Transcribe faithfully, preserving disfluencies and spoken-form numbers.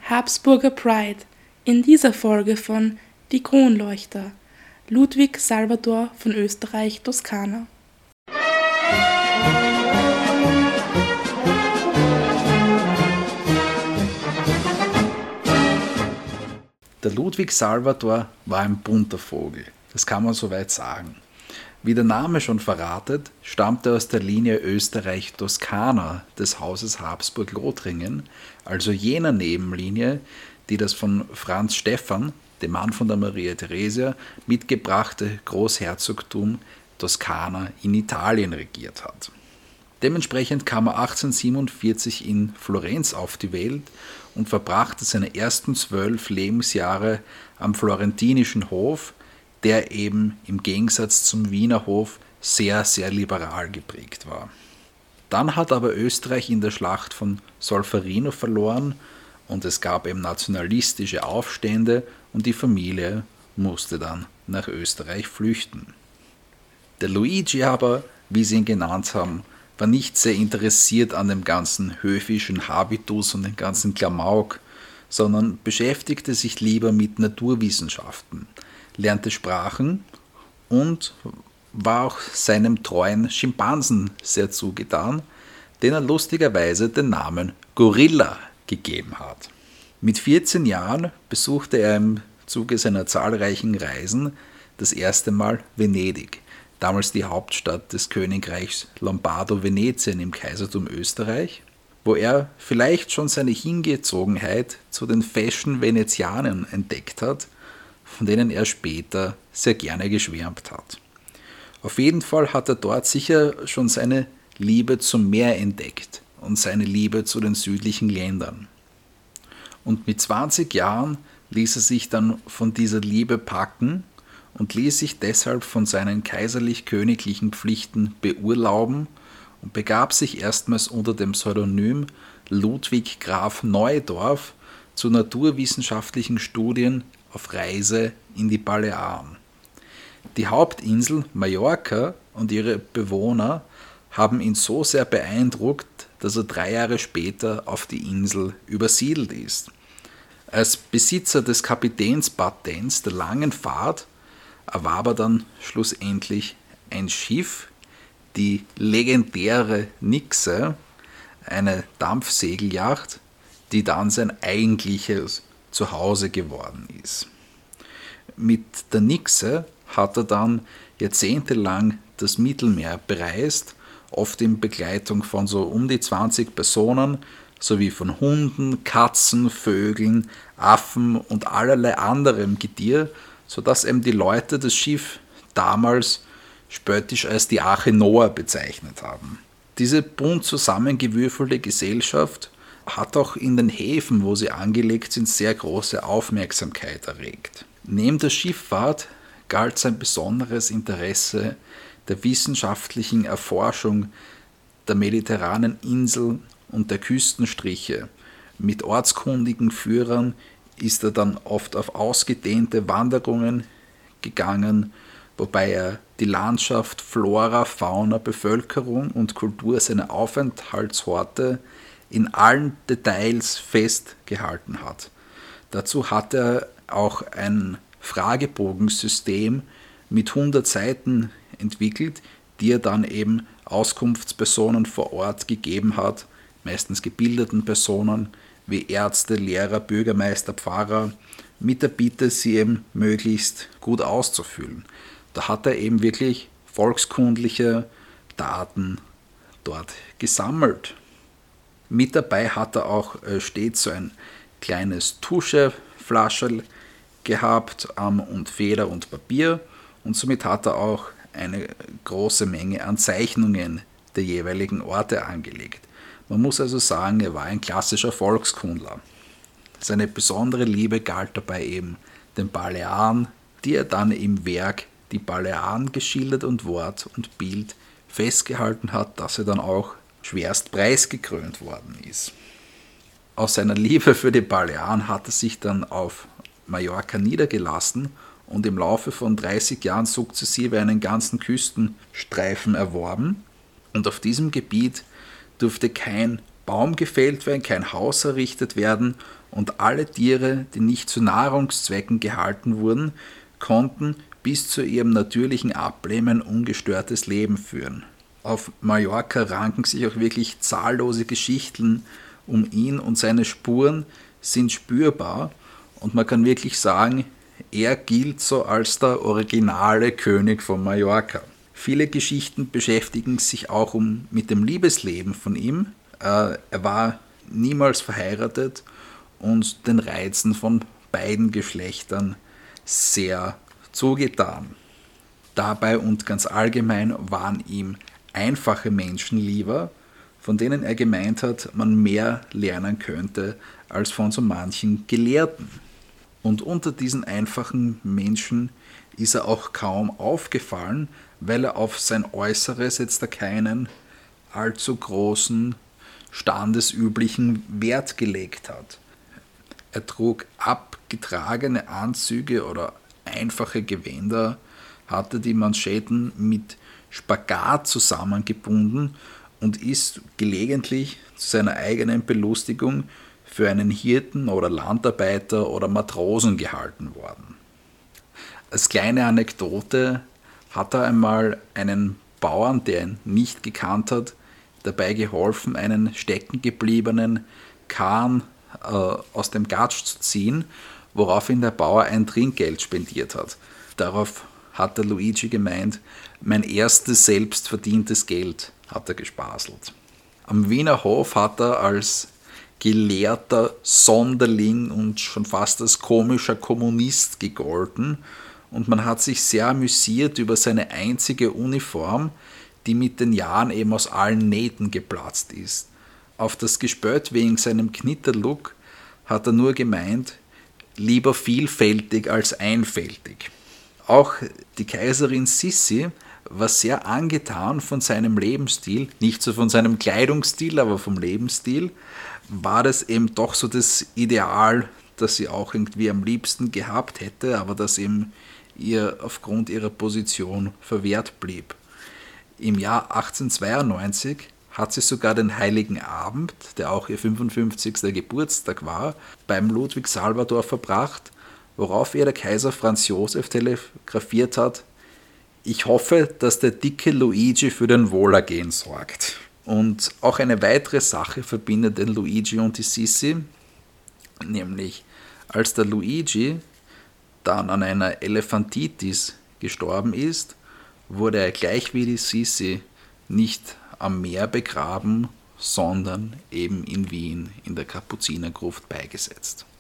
Habsburger Pride in dieser Folge von Die Kronleuchter, Ludwig Salvator von Österreich-Toskana. Der Ludwig Salvator war ein bunter Vogel, das kann man soweit sagen. Wie der Name schon verratet, stammt er aus der Linie Österreich-Toskana des Hauses Habsburg-Lothringen, also jener Nebenlinie, die das von Franz Stephan, dem Mann von der Maria Theresia, mitgebrachte Großherzogtum Toskana in Italien regiert hat. Dementsprechend kam er achtzehnhundertsiebenundvierzig in Florenz auf die Welt und verbrachte seine ersten zwölf Lebensjahre am florentinischen Hof, der eben im Gegensatz zum Wiener Hof sehr, sehr liberal geprägt war. Dann hat aber Österreich in der Schlacht von Solferino verloren und es gab eben nationalistische Aufstände und die Familie musste dann nach Österreich flüchten. Der Luigi aber, wie sie ihn genannt haben, war nicht sehr interessiert an dem ganzen höfischen Habitus und dem ganzen Klamauk, sondern beschäftigte sich lieber mit Naturwissenschaften, lernte Sprachen und war auch seinem treuen Schimpansen sehr zugetan, den er lustigerweise den Namen Gorilla gegeben hat. Mit vierzehn Jahren besuchte er im Zuge seiner zahlreichen Reisen das erste Mal Venedig, damals die Hauptstadt des Königreichs Lombardo-Venetien im Kaisertum Österreich, wo er vielleicht schon seine Hingezogenheit zu den Fashion-Venezianern entdeckt hat, von denen er später sehr gerne geschwärmt hat. Auf jeden Fall hat er dort sicher schon seine Liebe zum Meer entdeckt und seine Liebe zu den südlichen Ländern. Und mit zwanzig Jahren ließ er sich dann von dieser Liebe packen und ließ sich deshalb von seinen kaiserlich-königlichen Pflichten beurlauben und begab sich erstmals unter dem Pseudonym Ludwig Graf Neudorf zu naturwissenschaftlichen Studien auf Reise in die Balearen. Die Hauptinsel Mallorca und ihre Bewohner haben ihn so sehr beeindruckt, dass er drei Jahre später auf die Insel übersiedelt ist. Als Besitzer des Kapitänspatents der langen Fahrt erwarb er dann schlussendlich ein Schiff, die legendäre Nixe, eine Dampfsegelyacht, die dann sein eigentliches Zuhause geworden ist. Mit der Nixe hat er dann jahrzehntelang das Mittelmeer bereist, oft in Begleitung von so um die zwanzig Personen, sowie von Hunden, Katzen, Vögeln, Affen und allerlei anderem Getier, sodass eben die Leute das Schiff damals spöttisch als die Arche Noah bezeichnet haben. Diese bunt zusammengewürfelte Gesellschaft hat auch in den Häfen, wo sie angelegt sind, sehr große Aufmerksamkeit erregt. Neben der Schifffahrt galt sein besonderes Interesse der wissenschaftlichen Erforschung der mediterranen Inseln und der Küstenstriche. Mit ortskundigen Führern ist er dann oft auf ausgedehnte Wanderungen gegangen, wobei er die Landschaft, Flora, Fauna, Bevölkerung und Kultur seiner Aufenthaltsorte in allen Details festgehalten hat. Dazu hat er auch ein Fragebogensystem mit hundert Seiten entwickelt, die er dann eben Auskunftspersonen vor Ort gegeben hat, meistens gebildeten Personen wie Ärzte, Lehrer, Bürgermeister, Pfarrer, mit der Bitte, sie eben möglichst gut auszufüllen. Da hat er eben wirklich volkskundliche Daten dort gesammelt. Mit dabei hat er auch stets so ein kleines Tuscheflascherl gehabt ähm, und Feder und Papier und somit hat er auch eine große Menge an Zeichnungen der jeweiligen Orte angelegt. Man muss also sagen, er war ein klassischer Volkskundler. Seine besondere Liebe galt dabei eben den Balearen, die er dann im Werk Die Balearen geschildert und Wort und Bild festgehalten hat, dass er dann auch schwerst preisgekrönt worden ist. Aus seiner Liebe für die Balearen hat er sich dann auf Mallorca niedergelassen und im Laufe von dreißig Jahren sukzessive einen ganzen Küstenstreifen erworben. Und auf diesem Gebiet durfte kein Baum gefällt werden, kein Haus errichtet werden und alle Tiere, die nicht zu Nahrungszwecken gehalten wurden, konnten bis zu ihrem natürlichen Ableben ungestörtes Leben führen. Auf Mallorca ranken sich auch wirklich zahllose Geschichten um ihn und seine Spuren sind spürbar und man kann wirklich sagen, er gilt so als der originale König von Mallorca. Viele Geschichten beschäftigen sich auch um, mit dem Liebesleben von ihm. Äh, er war niemals verheiratet und den Reizen von beiden Geschlechtern sehr zugetan. Dabei und ganz allgemein waren ihm einfache Menschen lieber, von denen er gemeint hat, man mehr lernen könnte als von so manchen Gelehrten. Und unter diesen einfachen Menschen ist er auch kaum aufgefallen, weil er auf sein Äußeres jetzt da keinen allzu großen, standesüblichen Wert gelegt hat. Er trug abgetragene Anzüge oder einfache Gewänder, hatte die Manschetten mit Spagat zusammengebunden und ist gelegentlich zu seiner eigenen Belustigung für einen Hirten oder Landarbeiter oder Matrosen gehalten worden. Als kleine Anekdote hat er einmal einen Bauern, der ihn nicht gekannt hat, dabei geholfen, einen steckengebliebenen Kahn äh, aus dem Gatsch zu ziehen, woraufhin der Bauer ein Trinkgeld spendiert hat. Darauf hat der Luigi gemeint, mein erstes selbstverdientes Geld, hat er gespaßelt. Am Wiener Hof hat er als gelehrter Sonderling und schon fast als komischer Kommunist gegolten und man hat sich sehr amüsiert über seine einzige Uniform, die mit den Jahren eben aus allen Nähten geplatzt ist. Auf das Gespött wegen seinem Knitterlook hat er nur gemeint, lieber vielfältig als einfältig. Auch die Kaiserin Sissi war sehr angetan von seinem Lebensstil, nicht so von seinem Kleidungsstil, aber vom Lebensstil, war das eben doch so das Ideal, das sie auch irgendwie am liebsten gehabt hätte, aber das eben ihr aufgrund ihrer Position verwehrt blieb. Im Jahr achtzehnhundertzweiundneunzig hat sie sogar den Heiligen Abend, der auch ihr fünfundfünfzigster Geburtstag war, beim Ludwig Salvator verbracht, worauf ihr der Kaiser Franz Josef telegrafiert hat, ich hoffe, dass der dicke Luigi für den Wohlergehen sorgt. Und auch eine weitere Sache verbindet den Luigi und die Sissi, nämlich als der Luigi dann an einer Elephantitis gestorben ist, wurde er gleich wie die Sissi nicht am Meer begraben, sondern eben in Wien in der Kapuzinergruft beigesetzt.